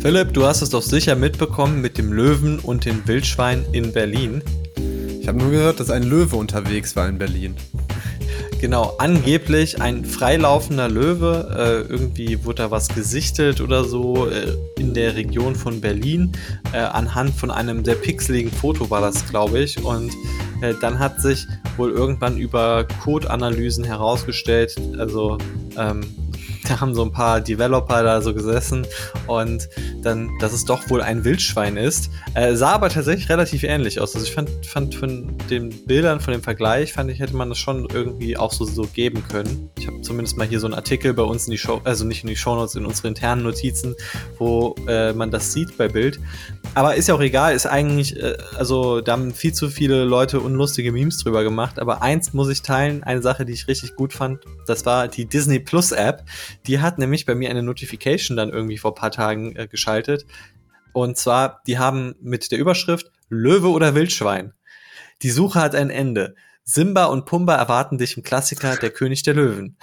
Philipp, du hast es doch sicher mitbekommen mit dem Löwen und dem Wildschwein in Berlin. Ich habe nur gehört, dass ein Löwe unterwegs war in Berlin. Genau, angeblich ein freilaufender Löwe. Irgendwie wurde da was gesichtet oder so in der Region von Berlin. Anhand von einem sehr pixeligen Foto war das, glaube ich. Und dann hat sich wohl irgendwann über Code-Analysen herausgestellt, also da haben so ein paar Developer da so gesessen und dann, dass es doch wohl ein Wildschwein ist. Sah aber tatsächlich relativ ähnlich aus. Also ich fand von den Bildern, von dem Vergleich, hätte man das schon irgendwie auch so geben können. Ich habe zumindest mal hier so einen Artikel bei uns in die Show, also nicht in die Shownotes, in unsere internen Notizen, wo man das sieht bei Bild. Aber ist ja auch egal, ist eigentlich, also da haben viel zu viele Leute unlustige Memes drüber gemacht, aber eins muss ich teilen, eine Sache, die ich richtig gut fand, das war die Disney Plus App. Die hat nämlich bei mir eine Notification dann irgendwie vor ein paar Tagen geschaltet. Und zwar, die haben mit der Überschrift Löwe oder Wildschwein. Die Suche hat ein Ende. Simba und Pumba erwarten dich im Klassiker Der König der Löwen.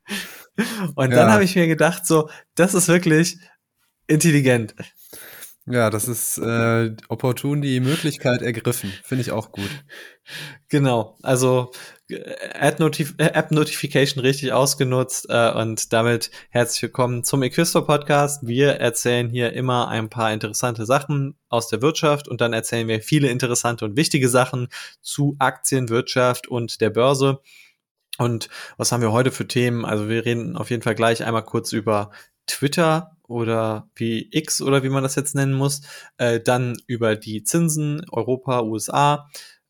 Und dann habe ich mir gedacht, so, das ist wirklich intelligent. Ja, das ist opportun die Möglichkeit ergriffen. Finde ich auch gut. Genau, also App-Notification richtig ausgenutzt und damit herzlich willkommen zum Equisto-Podcast. Wir erzählen hier immer ein paar interessante Sachen aus der Wirtschaft und dann erzählen wir viele interessante und wichtige Sachen zu Aktien, Wirtschaft und der Börse. Und was haben wir heute für Themen? Also wir reden auf jeden Fall gleich einmal kurz über Twitter oder wie X oder wie man das jetzt nennen muss, dann über die Zinsen, Europa, USA,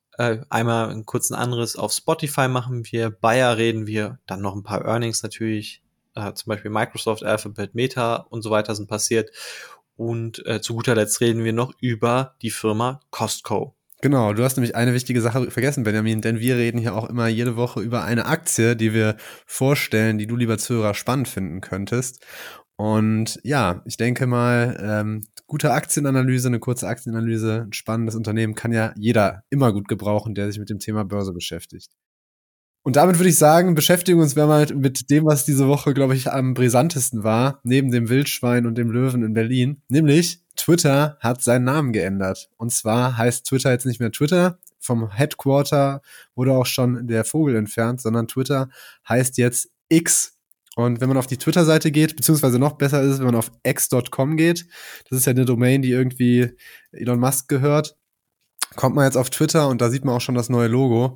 einmal einen kurzen Anriss auf Spotify machen wir, Bayer reden wir, dann noch ein paar Earnings natürlich, zum Beispiel Microsoft, Alphabet, Meta und so weiter sind passiert und zu guter Letzt reden wir noch über die Firma Costco. Genau, du hast nämlich eine wichtige Sache vergessen, Benjamin, denn wir reden hier auch immer jede Woche über eine Aktie, die wir vorstellen, die du, lieber Zuhörer, spannend finden könntest. Und ja, ich denke mal, gute Aktienanalyse, eine kurze Aktienanalyse, ein spannendes Unternehmen kann ja jeder immer gut gebrauchen, der sich mit dem Thema Börse beschäftigt. Und damit würde ich sagen, beschäftigen wir uns mal mit dem, was diese Woche, glaube ich, am brisantesten war, neben dem Wildschwein und dem Löwen in Berlin, nämlich Twitter hat seinen Namen geändert. Und zwar heißt Twitter jetzt nicht mehr Twitter, vom Headquarter wurde auch schon der Vogel entfernt, sondern Twitter heißt jetzt X. Und wenn man auf die Twitter-Seite geht, beziehungsweise noch besser ist es, wenn man auf x.com geht, das ist ja eine Domain, die irgendwie Elon Musk gehört, kommt man jetzt auf Twitter und da sieht man auch schon das neue Logo.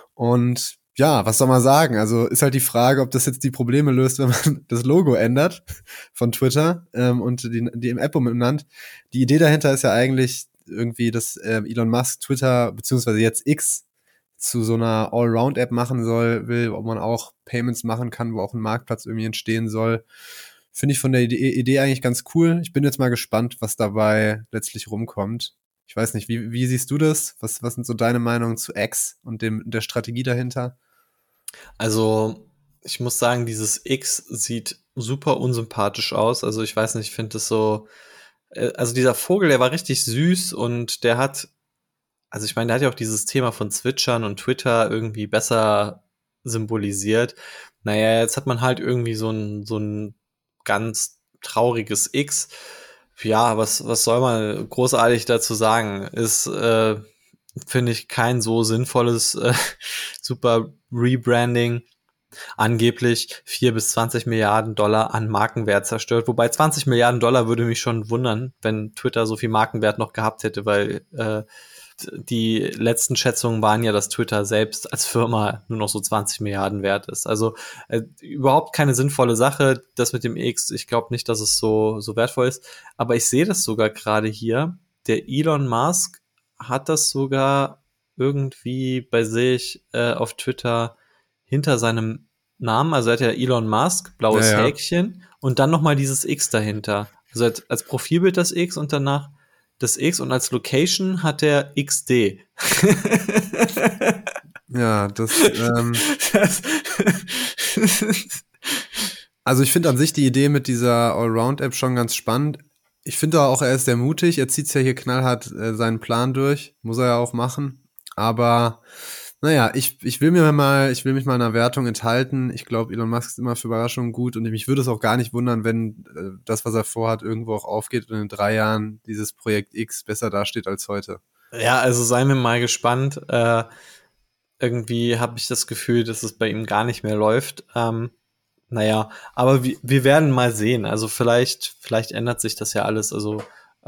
Und ja, was soll man sagen? Also ist halt die Frage, ob das jetzt die Probleme löst, wenn man das Logo ändert von Twitter und die im App umbenannt. Die Idee dahinter ist ja eigentlich irgendwie, dass Elon Musk Twitter beziehungsweise jetzt X zu so einer Allround-App machen will, wo man auch Payments machen kann, wo auch ein Marktplatz irgendwie entstehen soll. Finde ich von der Idee eigentlich ganz cool. Ich bin jetzt mal gespannt, was dabei letztlich rumkommt. Ich weiß nicht, wie siehst du das? Was sind so deine Meinungen zu X und der Strategie dahinter? Also, ich muss sagen, dieses X sieht super unsympathisch aus. Also, ich weiß nicht, ich finde das so, also dieser Vogel, der war richtig süß und der hat, also ich meine, der hat ja auch dieses Thema von Zwitschern und Twitter irgendwie besser symbolisiert. Naja, jetzt hat man halt irgendwie so ein ganz trauriges X. Ja, was soll man großartig dazu sagen? Ist, finde ich, kein so sinnvolles super Rebranding. Angeblich 4 bis 20 Milliarden Dollar an Markenwert zerstört. Wobei 20 Milliarden Dollar würde mich schon wundern, wenn Twitter so viel Markenwert noch gehabt hätte, weil die letzten Schätzungen waren ja, dass Twitter selbst als Firma nur noch so 20 Milliarden wert ist. Also überhaupt keine sinnvolle Sache, das mit dem X. Ich glaube nicht, dass es so wertvoll ist. Aber ich sehe das sogar gerade hier. Der Elon Musk hat das sogar irgendwie bei sich auf Twitter hinter seinem Namen, also er hat ja Elon Musk, blaues Ja. Häkchen und dann nochmal dieses X dahinter. Also als Profilbild das X und danach das X und als Location hat er XD. Ja, also ich finde an sich die Idee mit dieser Allround-App schon ganz spannend. Ich finde auch, er ist sehr mutig. Er zieht ja hier knallhart seinen Plan durch. Muss er ja auch machen. Aber Naja, ich will mich mal einer Wertung enthalten. Ich glaube, Elon Musk ist immer für Überraschungen gut und mich würde es auch gar nicht wundern, wenn das, was er vorhat, irgendwo auch aufgeht und in 3 Jahren dieses Projekt X besser dasteht als heute. Ja, also seien wir mal gespannt. Irgendwie habe ich das Gefühl, dass es bei ihm gar nicht mehr läuft. Naja, aber wir werden mal sehen. Also vielleicht ändert sich das ja alles. Also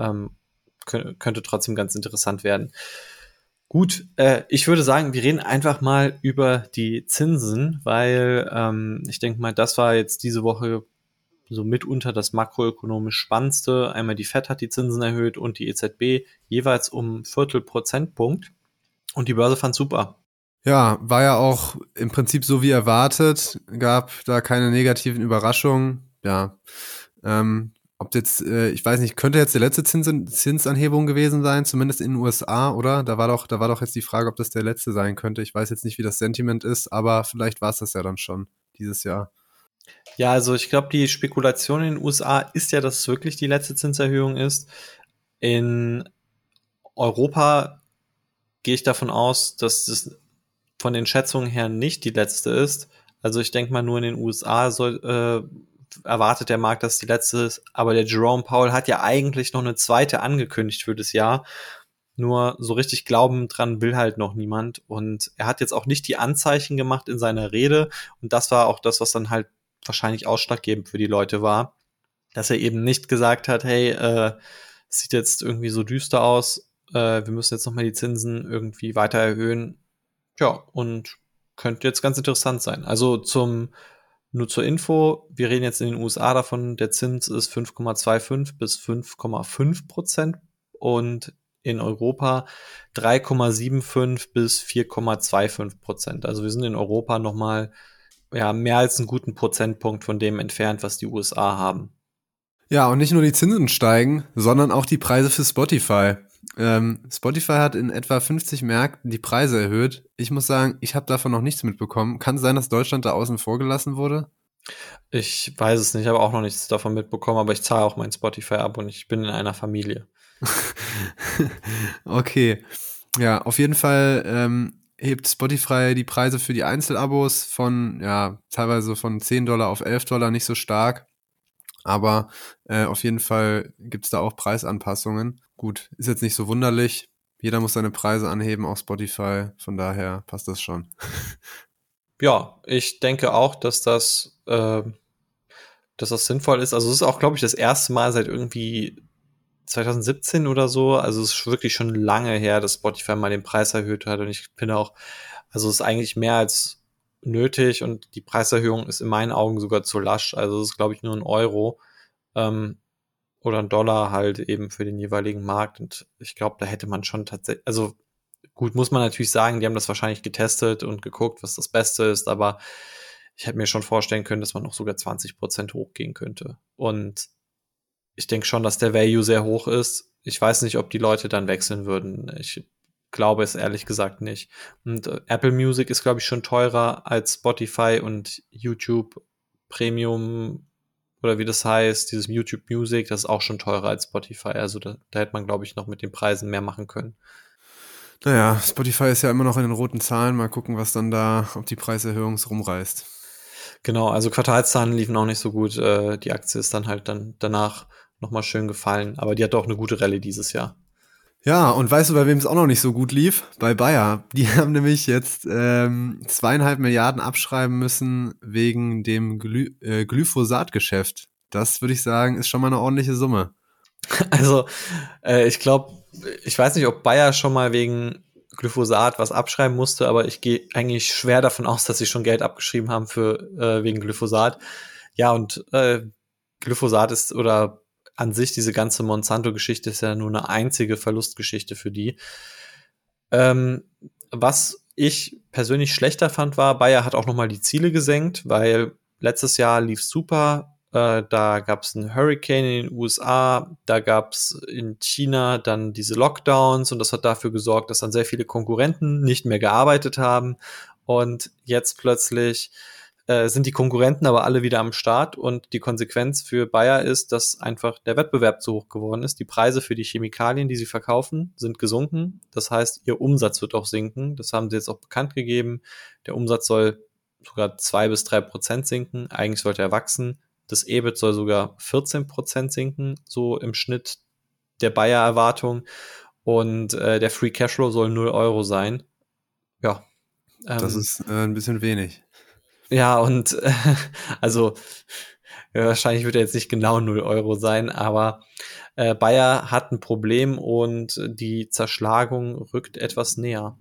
könnte trotzdem ganz interessant werden. Gut, ich würde sagen, wir reden einfach mal über die Zinsen, weil ich denke mal, das war jetzt diese Woche so mitunter das makroökonomisch Spannendste. Einmal die Fed hat die Zinsen erhöht und die EZB jeweils um Viertel-Prozentpunkt. Und die Börse fand super. Ja, war ja auch im Prinzip so wie erwartet, gab da keine negativen Überraschungen. Ja, ob jetzt, ich weiß nicht, könnte jetzt der letzte Zinsanhebung gewesen sein, zumindest in den USA, oder? Da war doch jetzt die Frage, ob das der letzte sein könnte. Ich weiß jetzt nicht, wie das Sentiment ist, aber vielleicht war es das ja dann schon dieses Jahr. Ja, also ich glaube, die Spekulation in den USA ist ja, dass es wirklich die letzte Zinserhöhung ist. In Europa gehe ich davon aus, dass es von den Schätzungen her nicht die letzte ist. Also ich denke mal, nur in den USA erwartet der Markt, dass es die letzte ist. Aber der Jerome Powell hat ja eigentlich noch eine zweite angekündigt für das Jahr. Nur so richtig glauben dran will halt noch niemand. Und er hat jetzt auch nicht die Anzeichen gemacht in seiner Rede. Und das war auch das, was dann halt wahrscheinlich ausschlaggebend für die Leute war. Dass er eben nicht gesagt hat, hey, es sieht jetzt irgendwie so düster aus, wir müssen jetzt nochmal die Zinsen irgendwie weiter erhöhen. Ja, und könnte jetzt ganz interessant sein. Also nur zur Info, wir reden jetzt in den USA davon, der Zins ist 5,25 bis 5,5% und in Europa 3,75 bis 4,25%. Also wir sind in Europa nochmal ja, mehr als einen guten Prozentpunkt von dem entfernt, was die USA haben. Ja, und nicht nur die Zinsen steigen, sondern auch die Preise für Spotify. Spotify hat in etwa 50 Märkten die Preise erhöht. Ich muss sagen, ich habe davon noch nichts mitbekommen. Kann es sein, dass Deutschland da außen vor gelassen wurde? Ich weiß es nicht, habe auch noch nichts davon mitbekommen, aber ich zahle auch mein Spotify ab und ich bin in einer Familie. Okay. Ja, auf jeden Fall hebt Spotify die Preise für die Einzelabos von, ja, teilweise von $10 auf $11, nicht so stark. Aber auf jeden Fall gibt's da auch Preisanpassungen. Gut, ist jetzt nicht so wunderlich. Jeder muss seine Preise anheben auf Spotify. Von daher passt das schon. Ja, ich denke auch, dass das sinnvoll ist. Also es ist auch, glaube ich, das erste Mal seit irgendwie 2017 oder so. Also es ist wirklich schon lange her, dass Spotify mal den Preis erhöht hat. Und ich finde auch, also es ist eigentlich mehr als nötig und die Preiserhöhung ist in meinen Augen sogar zu lasch. Also es ist, glaube ich, nur ein Euro ähm, oder ein Dollar halt eben für den jeweiligen Markt. Und ich glaube, da hätte man schon tatsächlich, also gut, muss man natürlich sagen, die haben das wahrscheinlich getestet und geguckt, was das Beste ist, aber ich hätte mir schon vorstellen können, dass man noch sogar 20% hochgehen könnte. Und ich denke schon, dass der Value sehr hoch ist. Ich weiß nicht, ob die Leute dann wechseln würden. Ich glaube es ehrlich gesagt nicht. Und Apple Music ist, glaube ich, schon teurer als Spotify und YouTube Premium oder wie das heißt, dieses YouTube Music, das ist auch schon teurer als Spotify. Also da hätte man, glaube ich, noch mit den Preisen mehr machen können. Naja, Spotify ist ja immer noch in den roten Zahlen. Mal gucken, was dann da, ob die Preiserhöhung es rumreißt. Genau, also Quartalszahlen liefen auch nicht so gut. Die Aktie ist dann halt dann danach nochmal schön gefallen. Aber die hatte auch eine gute Rallye dieses Jahr. Ja, und weißt du, bei wem es auch noch nicht so gut lief? Bei Bayer. Die haben nämlich jetzt 2,5 Milliarden abschreiben müssen wegen dem Glyphosat-Geschäft. Das würde ich sagen, ist schon mal eine ordentliche Summe. Also, ich glaube, ich weiß nicht, ob Bayer schon mal wegen Glyphosat was abschreiben musste, aber ich gehe eigentlich schwer davon aus, dass sie schon Geld abgeschrieben haben für wegen Glyphosat. Ja, und Glyphosat ist oder an sich diese ganze Monsanto-Geschichte ist ja nur eine einzige Verlustgeschichte für die. Ähm, was ich persönlich schlechter fand, war, Bayer hat auch noch mal die Ziele gesenkt, weil letztes Jahr lief super. Da gab es einen Hurricane in den USA, da gab es in China dann diese Lockdowns und das hat dafür gesorgt, dass dann sehr viele Konkurrenten nicht mehr gearbeitet haben und jetzt plötzlich sind die Konkurrenten aber alle wieder am Start und die Konsequenz für Bayer ist, dass einfach der Wettbewerb zu hoch geworden ist. Die Preise für die Chemikalien, die sie verkaufen, sind gesunken. Das heißt, ihr Umsatz wird auch sinken. Das haben sie jetzt auch bekannt gegeben. Der Umsatz soll sogar 2-3% sinken. Eigentlich sollte er wachsen. Das EBIT soll sogar 14% sinken, so im Schnitt der Bayer-Erwartung. Und der Free Cashflow soll 0 Euro sein. Ja. Das ist ein bisschen wenig. Ja, und also ja, wahrscheinlich wird er jetzt nicht genau 0 Euro sein, aber Bayer hat ein Problem und die Zerschlagung rückt etwas näher.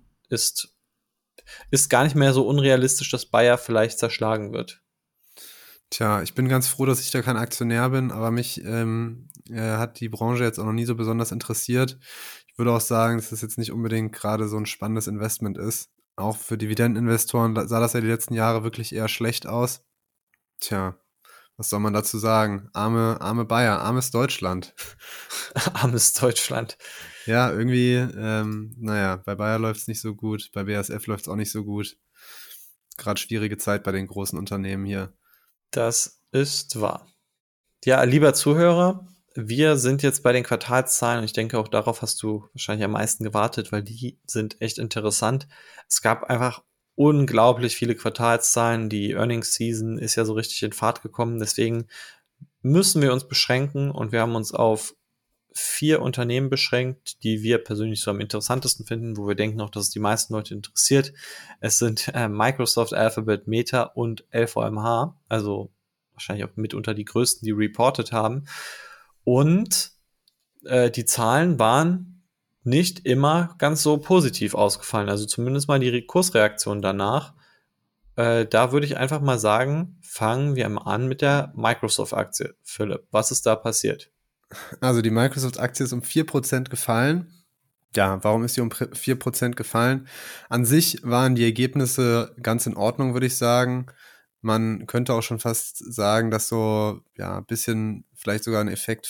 Ist gar nicht mehr so unrealistisch, dass Bayer vielleicht zerschlagen wird. Tja, ich bin ganz froh, dass ich da kein Aktionär bin, aber mich hat die Branche jetzt auch noch nie so besonders interessiert. Ich würde auch sagen, dass das jetzt nicht unbedingt gerade so ein spannendes Investment ist. Auch für Dividendeninvestoren sah das ja die letzten Jahre wirklich eher schlecht aus. Tja, was soll man dazu sagen? Arme Bayer, armes Deutschland. Armes Deutschland. Ja, irgendwie, naja, bei Bayer läuft es nicht so gut, bei BASF läuft es auch nicht so gut. Gerade schwierige Zeit bei den großen Unternehmen hier. Das ist wahr. Ja, lieber Zuhörer, wir sind jetzt bei den Quartalszahlen und ich denke, auch darauf hast du wahrscheinlich am meisten gewartet, weil die sind echt interessant. Es gab einfach unglaublich viele Quartalszahlen. Die Earnings Season ist ja so richtig in Fahrt gekommen. Deswegen müssen wir uns beschränken und wir haben uns auf 4 Unternehmen beschränkt, die wir persönlich so am interessantesten finden, wo wir denken auch, dass es die meisten Leute interessiert. Es sind Microsoft, Alphabet, Meta und LVMH, also wahrscheinlich auch mitunter die größten, die reported haben. Und die Zahlen waren nicht immer ganz so positiv ausgefallen, also zumindest mal die Kursreaktion danach. Da würde ich einfach mal sagen, fangen wir mal an mit der Microsoft-Aktie. Philipp, was ist da passiert? Also die Microsoft-Aktie ist um 4% gefallen. Ja, warum ist sie um 4% gefallen? An sich waren die Ergebnisse ganz in Ordnung, würde ich sagen. Man könnte auch schon fast sagen, dass so, ja, ein bisschen vielleicht sogar ein Effekt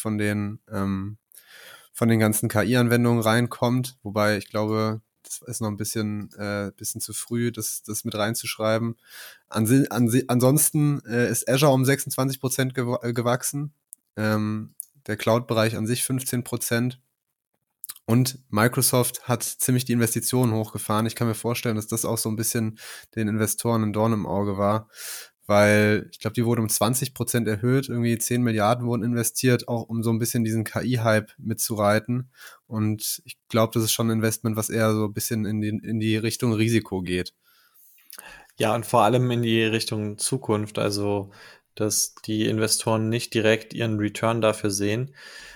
von den ganzen KI-Anwendungen reinkommt. Wobei ich glaube, das ist noch ein bisschen zu früh, das mit reinzuschreiben. Ansonsten ist Azure um 26% gewachsen. Der Cloud-Bereich an sich 15%. Und Microsoft hat ziemlich die Investitionen hochgefahren. Ich kann mir vorstellen, dass das auch so ein bisschen den Investoren ein Dorn im Auge war, weil ich glaube, die wurde um 20% erhöht. Irgendwie 10 Milliarden wurden investiert, auch um so ein bisschen diesen KI-Hype mitzureiten. Und ich glaube, das ist schon ein Investment, was eher so ein bisschen in die Richtung Risiko geht. Ja, und vor allem in die Richtung Zukunft, also dass die Investoren nicht direkt ihren Return dafür sehen.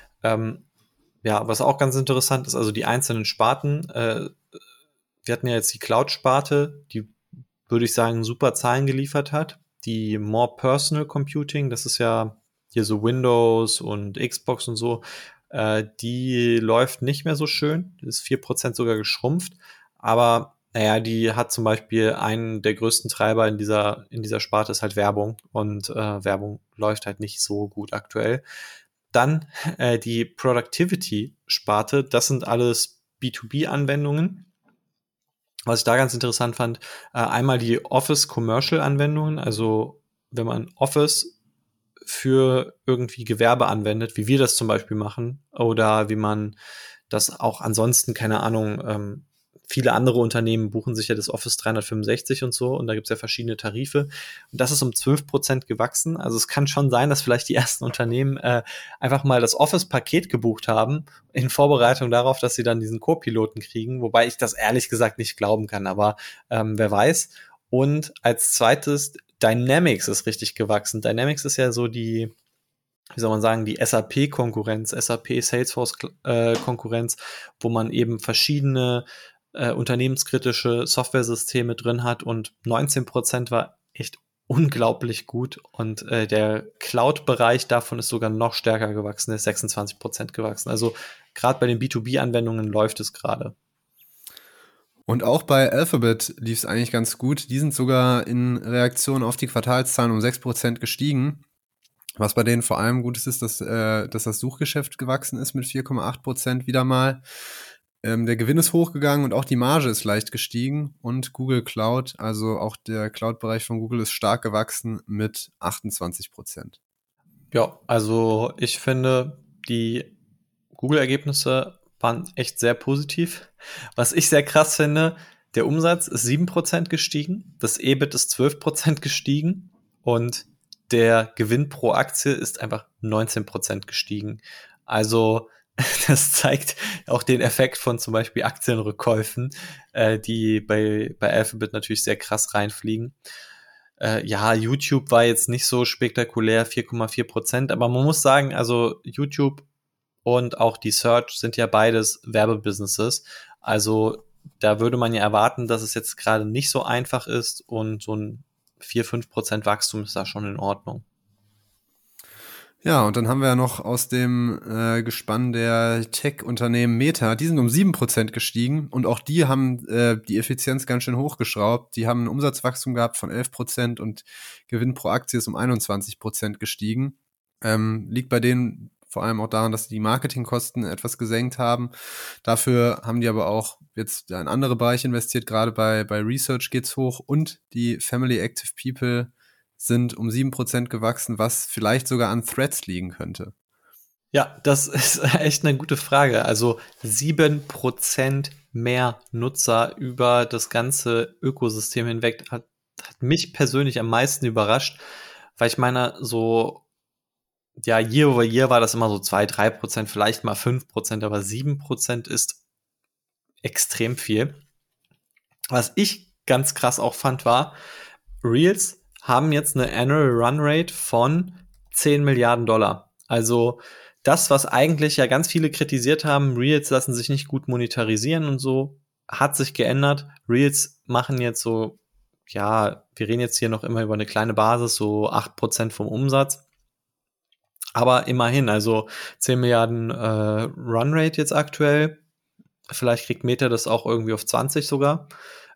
Ja, was auch ganz interessant ist, also die einzelnen Sparten, wir hatten ja jetzt die Cloud-Sparte, die, würde ich sagen, super Zahlen geliefert hat. Die More Personal Computing, das ist ja hier so Windows und Xbox und so, die läuft nicht mehr so schön, ist 4% sogar geschrumpft, aber naja, die hat zum Beispiel einen der größten Treiber in dieser Sparte ist halt Werbung und Werbung läuft halt nicht so gut aktuell. Dann die Productivity-Sparte, das sind alles B2B-Anwendungen. Was ich da ganz interessant fand, einmal die Office-Commercial-Anwendungen, also wenn man Office für irgendwie Gewerbe anwendet, wie wir das zum Beispiel machen, oder wie man das auch ansonsten, keine Ahnung, viele andere Unternehmen buchen sich ja das Office 365 und so, und da gibt's ja verschiedene Tarife. Und das ist um 12% gewachsen. Also es kann schon sein, dass vielleicht die ersten Unternehmen einfach mal das Office-Paket gebucht haben, in Vorbereitung darauf, dass sie dann diesen Co-Piloten kriegen, wobei ich das ehrlich gesagt nicht glauben kann, aber wer weiß. Und als zweites, Dynamics ist richtig gewachsen. Dynamics ist ja so die, wie soll man sagen, die SAP-Konkurrenz, SAP Salesforce-Konkurrenz, wo man eben verschiedene unternehmenskritische Softwaresysteme drin hat, und 19% war echt unglaublich gut, und der Cloud-Bereich davon ist sogar noch stärker gewachsen, ist 26% gewachsen. Also gerade bei den B2B-Anwendungen läuft es gerade. Und auch bei Alphabet lief es eigentlich ganz gut. Die sind sogar in Reaktion auf die Quartalszahlen um 6% gestiegen. Was bei denen vor allem gut ist, dass das Suchgeschäft gewachsen ist mit 4,8% wieder mal. Der Gewinn ist hochgegangen und auch die Marge ist leicht gestiegen und Google Cloud, also auch der Cloud-Bereich von Google ist stark gewachsen mit 28%. Ja, also ich finde, die Google-Ergebnisse waren echt sehr positiv. Was ich sehr krass finde, der Umsatz ist 7% gestiegen, das EBIT ist 12% gestiegen und der Gewinn pro Aktie ist einfach 19% gestiegen. Also das zeigt auch den Effekt von zum Beispiel Aktienrückkäufen, die bei Alphabet natürlich sehr krass reinfliegen. Ja, YouTube war jetzt nicht so spektakulär, 4,4%, aber man muss sagen, also YouTube und auch die Search sind ja beides Werbebusinesses. Also da würde man ja erwarten, dass es jetzt gerade nicht so einfach ist und so ein 4-5% Wachstum ist da schon in Ordnung. Ja, und dann haben wir ja noch aus dem Gespann der Tech-Unternehmen Meta, die sind um 7% gestiegen und auch die haben die Effizienz ganz schön hochgeschraubt. Die haben ein Umsatzwachstum gehabt von 11% und Gewinn pro Aktie ist um 21% gestiegen. Liegt bei denen vor allem auch daran, dass die Marketingkosten etwas gesenkt haben. Dafür haben die aber auch jetzt in andere Bereiche investiert, gerade bei Research geht's hoch und die Family Active People sind um 7% gewachsen, was vielleicht sogar an Threads liegen könnte. Ja, das ist echt eine gute Frage. Also 7% mehr Nutzer über das ganze Ökosystem hinweg hat mich persönlich am meisten überrascht, weil ich meine, so ja, Year over Year war das immer so 2-3%, vielleicht mal 5%, aber 7% ist extrem viel. Was ich ganz krass auch fand, war, Reels haben jetzt eine Annual Run Rate von 10 Milliarden Dollar. Also das, was eigentlich ja ganz viele kritisiert haben, Reels lassen sich nicht gut monetarisieren und so, hat sich geändert. Reels machen jetzt so, ja, wir reden jetzt hier noch immer über eine kleine Basis, so 8% vom Umsatz. Aber immerhin, also 10 Milliarden Runrate jetzt aktuell. Vielleicht kriegt Meta das auch irgendwie auf 20 sogar.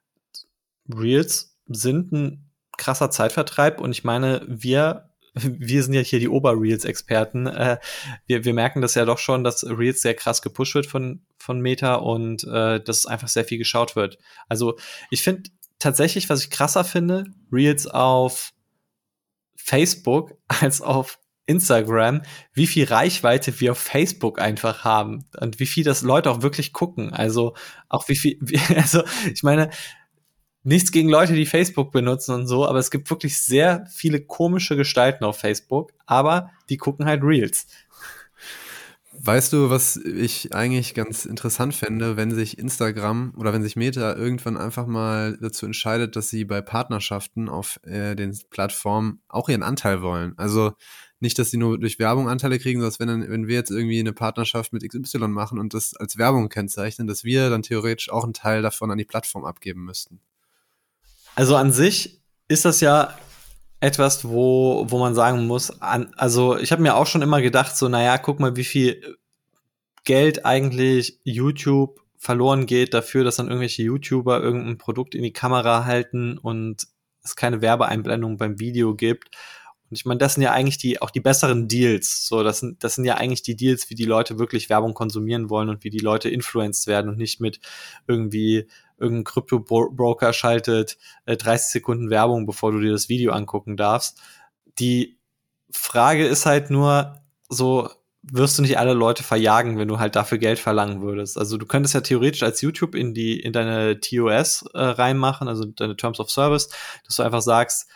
Reels sind ein krasser Zeitvertreib und ich meine, wir sind ja hier die Ober-Reels-Experten. Wir merken das ja doch schon, dass Reels sehr krass gepusht wird von Meta und dass einfach sehr viel geschaut wird. Also ich finde tatsächlich, was ich krasser finde, Reels auf Facebook als auf Instagram, wie viel Reichweite wir auf Facebook einfach haben und wie viel das Leute auch wirklich gucken. Also auch also ich meine, nichts gegen Leute, die Facebook benutzen und so, aber es gibt wirklich sehr viele komische Gestalten auf Facebook, aber die gucken halt Reels. Weißt du, was ich eigentlich ganz interessant fände, wenn sich Instagram oder wenn sich Meta irgendwann einfach mal dazu entscheidet, dass sie bei Partnerschaften auf den Plattformen auch ihren Anteil wollen. Also nicht, dass sie nur durch Werbung Anteile kriegen, sondern wenn wir jetzt irgendwie eine Partnerschaft mit XY machen und das als Werbung kennzeichnen, dass wir dann theoretisch auch einen Teil davon an die Plattform abgeben müssten. Also an sich ist das ja etwas, wo man sagen muss, also ich habe mir auch schon immer gedacht, so, naja, guck mal, wie viel Geld eigentlich YouTube verloren geht dafür, dass dann irgendwelche YouTuber irgendein Produkt in die Kamera halten und es keine Werbeeinblendung beim Video gibt. Und ich meine, das sind ja eigentlich auch die besseren Deals. So, das sind ja eigentlich die Deals, wie die Leute wirklich Werbung konsumieren wollen und wie die Leute influenced werden und nicht mit irgendwie irgendein Krypto-Broker schaltet 30 Sekunden Werbung, bevor du dir das Video angucken darfst. Die Frage ist halt nur so, wirst du nicht alle Leute verjagen, wenn du halt dafür Geld verlangen würdest. Also du könntest ja theoretisch als YouTube in deine TOS reinmachen, also deine Terms of Service, dass du einfach sagst,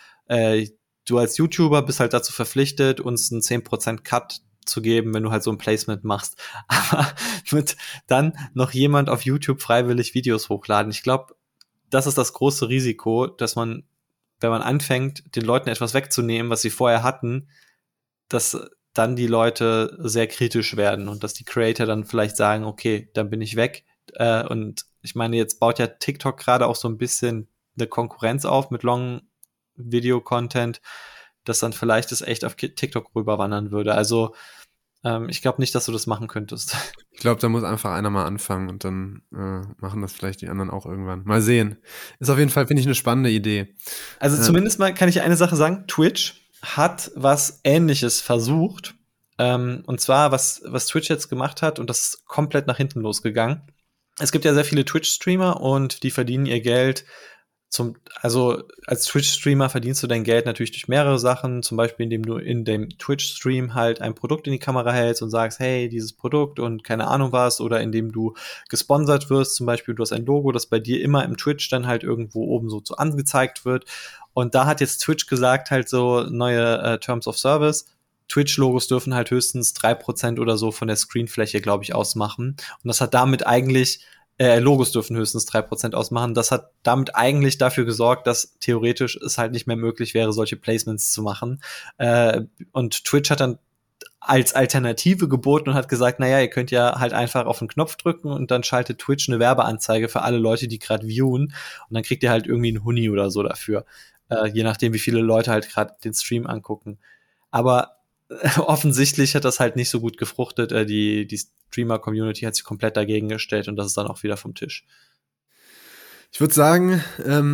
du als YouTuber bist halt dazu verpflichtet, uns einen 10% Cut zu geben, wenn du halt so ein Placement machst. Aber wird dann noch jemand auf YouTube freiwillig Videos hochladen? Ich glaube, das ist das große Risiko, dass man, wenn man anfängt, den Leuten etwas wegzunehmen, was sie vorher hatten, dass dann die Leute sehr kritisch werden und dass die Creator dann vielleicht sagen, okay, dann bin ich weg. Und ich meine, jetzt baut ja TikTok gerade auch so ein bisschen eine Konkurrenz auf mit Long-Video-Content, dass dann vielleicht es echt auf TikTok rüberwandern würde. Also ich glaube nicht, dass du das machen könntest. Ich glaube, da muss einfach einer mal anfangen und dann machen das vielleicht die anderen auch irgendwann. Mal sehen. Ist auf jeden Fall, finde ich, eine spannende Idee. Also zumindest mal kann ich eine Sache sagen. Twitch hat was Ähnliches versucht. Und zwar, was Twitch jetzt gemacht hat, und das ist komplett nach hinten losgegangen. es gibt ja sehr viele Twitch-Streamer und die verdienen ihr Geld also als Twitch-Streamer verdienst du dein Geld natürlich durch mehrere Sachen, zum Beispiel indem du in dem Twitch-Stream halt ein Produkt in die Kamera hältst und sagst, hey, dieses Produkt und keine Ahnung was, oder indem du gesponsert wirst, zum Beispiel du hast ein Logo, das bei dir immer im Twitch dann halt irgendwo oben so angezeigt wird. Und da hat jetzt Twitch gesagt, halt so neue Terms of Service. Twitch-Logos dürfen halt höchstens 3% oder so von der Screenfläche, glaube ich, ausmachen. Und das hat damit eigentlich Logos dürfen höchstens 3% ausmachen. Das hat damit eigentlich dafür gesorgt, dass theoretisch es halt nicht mehr möglich wäre, solche Placements zu machen. Und Twitch hat dann als Alternative geboten und hat gesagt, naja, ihr könnt ja halt einfach auf den Knopf drücken und dann schaltet Twitch eine Werbeanzeige für alle Leute, die gerade viewen, und dann kriegt ihr halt irgendwie einen Huni oder so dafür. Je nachdem, wie viele Leute halt gerade den Stream angucken. Aber offensichtlich hat das halt nicht so gut gefruchtet. Die Streamer-Community hat sich komplett dagegen gestellt und das ist dann auch wieder vom Tisch. Ich würde sagen,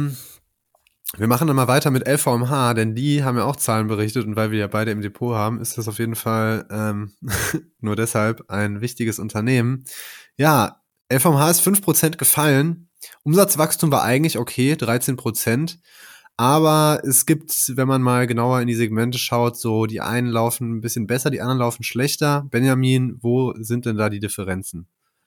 wir machen dann mal weiter mit LVMH, denn die haben ja auch Zahlen berichtet und weil wir ja beide im Depot haben, ist das auf jeden Fall nur deshalb ein wichtiges Unternehmen. Ja, LVMH ist 5% gefallen. Umsatzwachstum war eigentlich okay, 13%. Aber es gibt, wenn man mal genauer in die Segmente schaut, so die einen laufen ein bisschen besser, die anderen laufen schlechter. Benjamin, wo sind denn da die Differenzen?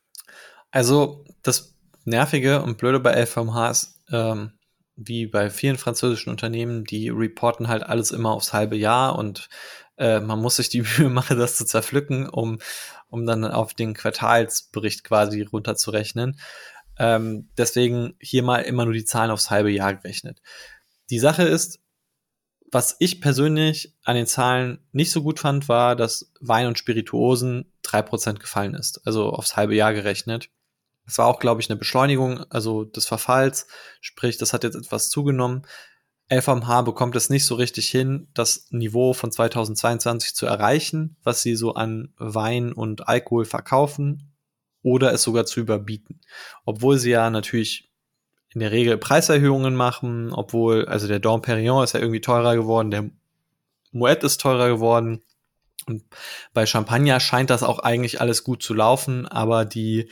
Also das Nervige und Blöde bei LVMH ist, wie bei vielen französischen Unternehmen, die reporten halt alles immer aufs halbe Jahr und man muss sich die Mühe machen, das zu zerpflücken, um dann auf den Quartalsbericht quasi runterzurechnen. Deswegen hier mal immer nur die Zahlen aufs halbe Jahr gerechnet. Die Sache ist, was ich persönlich an den Zahlen nicht so gut fand, war, dass Wein und Spirituosen 3% gefallen ist, also aufs halbe Jahr gerechnet. Es war auch, glaube ich, eine Beschleunigung, also des Verfalls, sprich, das hat jetzt etwas zugenommen. LVMH bekommt es nicht so richtig hin, das Niveau von 2022 zu erreichen, was sie so an Wein und Alkohol verkaufen, oder es sogar zu überbieten. Obwohl sie ja natürlich in der Regel Preiserhöhungen machen, obwohl, also der Dom Perignon ist ja irgendwie teurer geworden, der Moet ist teurer geworden. Und bei Champagner scheint das auch eigentlich alles gut zu laufen, aber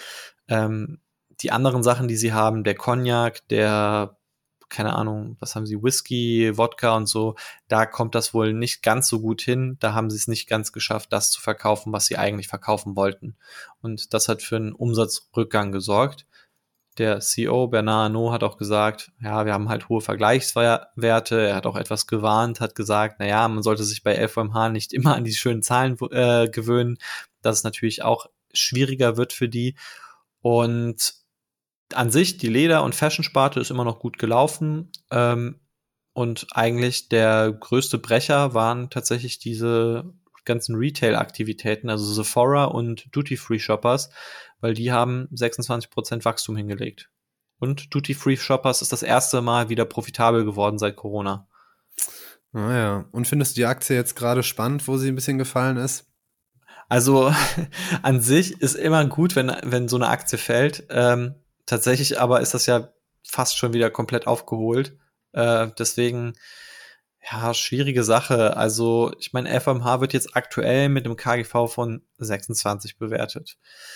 die anderen Sachen, die sie haben, der Cognac, der, keine Ahnung, was haben sie, Whisky, Wodka und so, da kommt das wohl nicht ganz so gut hin. Da haben sie es nicht ganz geschafft, das zu verkaufen, was sie eigentlich verkaufen wollten. Und das hat für einen Umsatzrückgang gesorgt. Der CEO Bernard Arnault hat auch gesagt, ja, wir haben halt hohe Vergleichswerte. Er hat auch etwas gewarnt, hat gesagt, naja, man sollte sich bei LVMH nicht immer an die schönen Zahlen gewöhnen, dass es natürlich auch schwieriger wird für die. Und an sich, die Leder- und Fashion-Sparte ist immer noch gut gelaufen. Und eigentlich der größte Brecher waren tatsächlich diese ganzen Retail-Aktivitäten, also Sephora und Duty-Free-Shoppers, weil die haben 26% Wachstum hingelegt. Und Duty-Free-Shoppers ist das erste Mal wieder profitabel geworden seit Corona. Naja, und findest du die Aktie jetzt gerade spannend, wo sie ein bisschen gefallen ist? Also an sich ist immer gut, wenn so eine Aktie fällt. Tatsächlich aber ist das ja fast schon wieder komplett aufgeholt. Deswegen, ja, schwierige Sache. Also, ich meine, FMH wird jetzt aktuell mit einem KGV von 26 bewertet.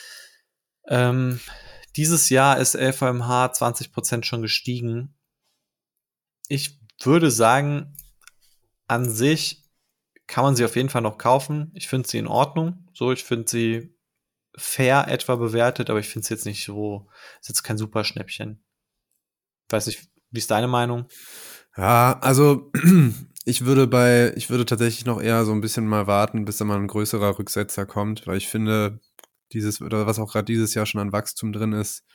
Ähm, Dieses Jahr ist FMH 20% schon gestiegen. Ich würde sagen, an sich kann man sie auf jeden Fall noch kaufen. Ich finde sie in Ordnung. So, ich finde sie fair etwa bewertet, aber ich finde es jetzt nicht so, ist jetzt kein super Schnäppchen. Weiß nicht, wie ist deine Meinung? Ja, also ich würde tatsächlich noch eher so ein bisschen mal warten, bis da mal ein größerer Rücksetzer kommt, weil ich finde, oder was auch gerade dieses Jahr schon an Wachstum drin ist.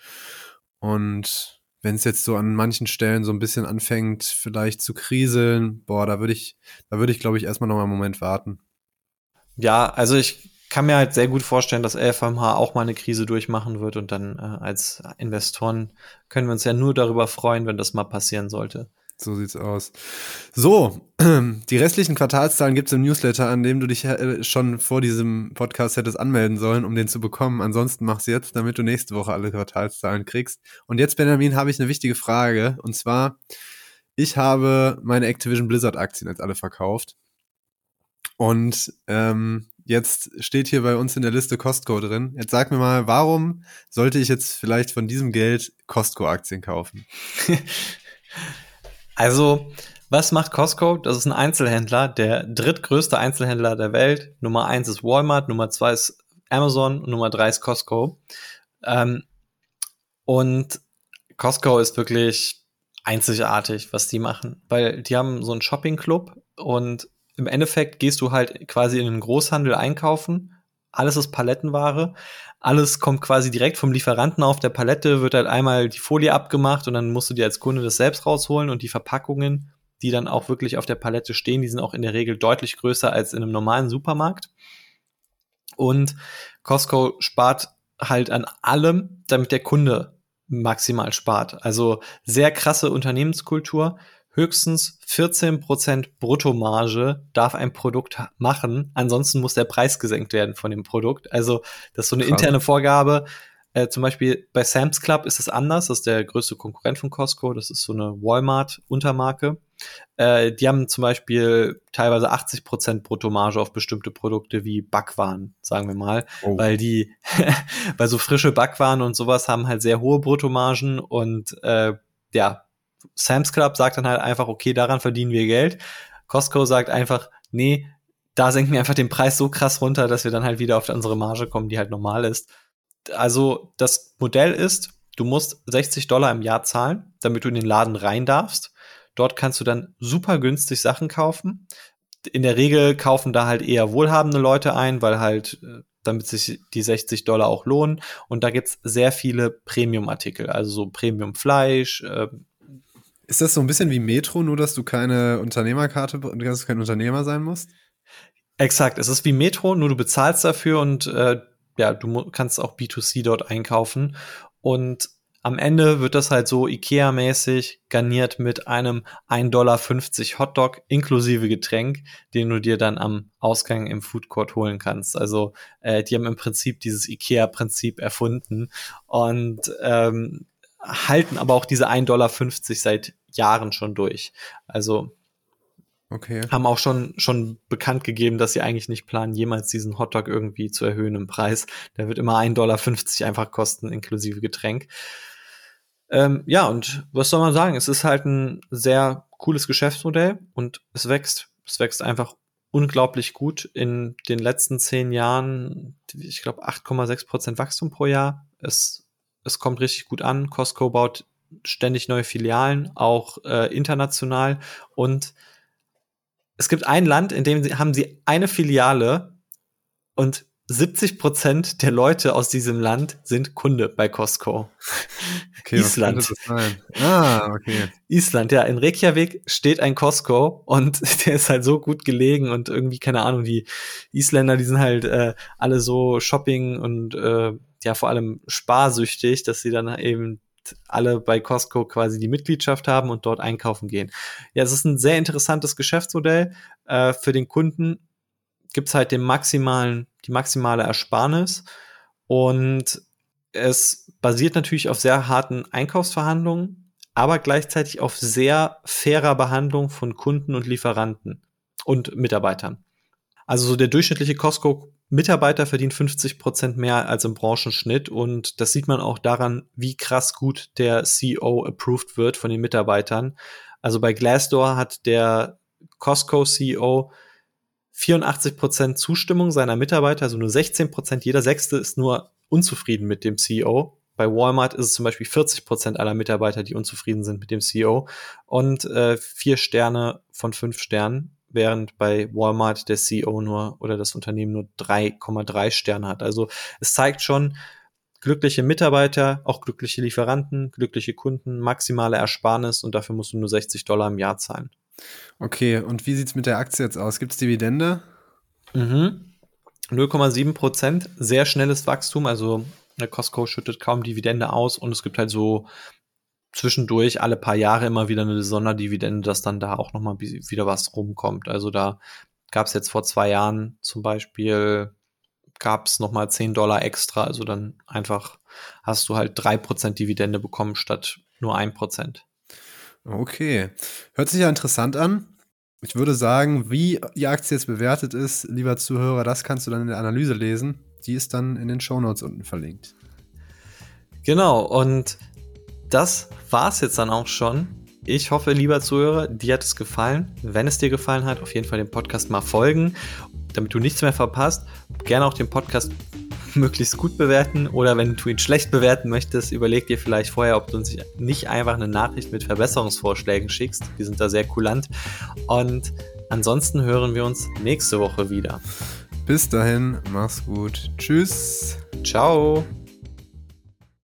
Und wenn es jetzt so an manchen Stellen so ein bisschen anfängt, vielleicht zu kriseln, boah, da würde ich, glaube ich, erstmal noch mal einen Moment warten. Ja, also ich kann mir halt sehr gut vorstellen, dass LVMH auch mal eine Krise durchmachen wird und dann als Investoren können wir uns ja nur darüber freuen, wenn das mal passieren sollte. So sieht's aus. So, die restlichen Quartalszahlen gibt's im Newsletter, an dem du dich schon vor diesem Podcast hättest anmelden sollen, um den zu bekommen. Ansonsten mach's jetzt, damit du nächste Woche alle Quartalszahlen kriegst. Und jetzt, Benjamin, habe ich eine wichtige Frage. Und zwar, ich habe meine Activision Blizzard Aktien jetzt alle verkauft. Und jetzt steht hier bei uns in der Liste Costco drin. Jetzt sag mir mal, warum sollte ich jetzt vielleicht von diesem Geld Costco-Aktien kaufen? Also, was macht Costco? Das ist ein Einzelhändler, der drittgrößte Einzelhändler der Welt. Nummer 1 ist Walmart, Nummer 2 ist Amazon und Nummer 3 ist Costco. Und Costco ist wirklich einzigartig, was die machen, weil die haben so einen Shopping-Club und im Endeffekt gehst du halt quasi in den Großhandel einkaufen. Alles ist Palettenware. Alles kommt quasi direkt vom Lieferanten auf der Palette, wird halt einmal die Folie abgemacht und dann musst du dir als Kunde das selbst rausholen und die Verpackungen, die dann auch wirklich auf der Palette stehen, die sind auch in der Regel deutlich größer als in einem normalen Supermarkt. Und Costco spart halt an allem, damit der Kunde maximal spart. Also sehr krasse Unternehmenskultur. Höchstens 14% Bruttomarge darf ein Produkt machen. Ansonsten muss der Preis gesenkt werden von dem Produkt. Also das ist so eine Krass. interne Vorgabe. Zum Beispiel bei Sam's Club ist es anders. Das ist der größte Konkurrent von Costco. Das ist so eine Walmart-Untermarke. Die haben zum Beispiel teilweise 80% Bruttomarge auf bestimmte Produkte wie Backwaren, sagen wir mal, weil die, weil so frische Backwaren und sowas haben halt sehr hohe Bruttomargen und ja, Sam's Club sagt dann halt einfach, okay, daran verdienen wir Geld. Costco sagt einfach, nee, da senken wir einfach den Preis so krass runter, dass wir dann halt wieder auf unsere Marge kommen, die halt normal ist. Also das Modell ist, du musst $60 im Jahr zahlen, damit du in den Laden rein darfst. Dort kannst du dann super günstig Sachen kaufen. In der Regel kaufen da halt eher wohlhabende Leute ein, weil halt, damit sich die $60 auch lohnen. Und da gibt's sehr viele Premium-Artikel, also so Premium-Fleisch. Ist das so ein bisschen wie Metro, nur dass du keine Unternehmerkarte, dass du kein Unternehmer sein musst? Exakt, es ist wie Metro, nur du bezahlst dafür und ja, du kannst auch B2C dort einkaufen. Und am Ende wird das halt so Ikea-mäßig garniert mit einem 1,50 $ Hotdog inklusive Getränk, den du dir dann am Ausgang im Foodcourt holen kannst. Also die haben im Prinzip dieses Ikea-Prinzip erfunden und halten aber auch diese 1,50 $ seit Jahren schon durch. Also Okay. haben auch schon bekannt gegeben, dass sie eigentlich nicht planen, jemals diesen Hotdog irgendwie zu erhöhen im Preis. Der wird immer 1,50 $ einfach kosten, inklusive Getränk. Ja, und was soll man sagen? Es ist halt ein sehr cooles Geschäftsmodell und es wächst. Es wächst einfach unglaublich gut. In den letzten 10 Jahren, ich glaube, 8,6% Wachstum pro Jahr. Es kommt richtig gut an. Costco baut ständig neue Filialen, auch international. Und es gibt ein Land, in dem haben sie eine Filiale und 70% der Leute aus diesem Land sind Kunde bei Costco. Okay, Island. was könnte das sein? Ah, okay. Island, ja. In Reykjavik steht ein Costco und der ist halt so gut gelegen und irgendwie, keine Ahnung, die Isländer, die sind halt alle so Shopping und ja, vor allem sparsüchtig, dass sie dann eben alle bei Costco quasi die Mitgliedschaft haben und dort einkaufen gehen. Ja, es ist ein sehr interessantes Geschäftsmodell. Für den Kunden gibt's halt die maximale Ersparnis und es basiert natürlich auf sehr harten Einkaufsverhandlungen, aber gleichzeitig auf sehr fairer Behandlung von Kunden und Lieferanten und Mitarbeitern. Also so der durchschnittliche Costco-Mitarbeiter verdient 50% mehr als im Branchenschnitt und das sieht man auch daran, wie krass gut der CEO approved wird von den Mitarbeitern. Also bei Glassdoor hat der Costco-CEO 84% Zustimmung seiner Mitarbeiter, also nur 16%, jeder Sechste ist nur unzufrieden mit dem CEO. Bei Walmart ist es zum Beispiel 40% aller Mitarbeiter, die unzufrieden sind mit dem CEO und 4 Sterne von 5 Sternen, während bei Walmart der CEO nur oder das Unternehmen nur 3,3 Sterne hat. Also es zeigt schon, glückliche Mitarbeiter, auch glückliche Lieferanten, glückliche Kunden, maximale Ersparnis und dafür musst du nur $60 im Jahr zahlen. Okay, und wie sieht's mit der Aktie jetzt aus? Gibt's Dividende? 0,7%, sehr schnelles Wachstum, also Costco schüttet kaum Dividende aus und es gibt halt so zwischendurch alle paar Jahre immer wieder eine Sonderdividende, dass dann da auch nochmal wieder was rumkommt. Also da gab es jetzt vor 2 Jahren zum Beispiel, gab es nochmal $10 extra, also dann einfach hast du halt 3% Dividende bekommen statt nur 1%. Okay. Hört sich ja interessant an. Ich würde sagen, wie die Aktie jetzt bewertet ist, lieber Zuhörer, das kannst du dann in der Analyse lesen. Die ist dann in den Shownotes unten verlinkt. Genau, und das war's jetzt dann auch schon. Ich hoffe, lieber Zuhörer, dir hat es gefallen. Wenn es dir gefallen hat, auf jeden Fall dem Podcast mal folgen, damit du nichts mehr verpasst. Gerne auch den Podcast möglichst gut bewerten, oder wenn du ihn schlecht bewerten möchtest, überleg dir vielleicht vorher, ob du uns nicht einfach eine Nachricht mit Verbesserungsvorschlägen schickst. Die sind da sehr kulant. Und ansonsten hören wir uns nächste Woche wieder. Bis dahin, mach's gut. Tschüss. Ciao.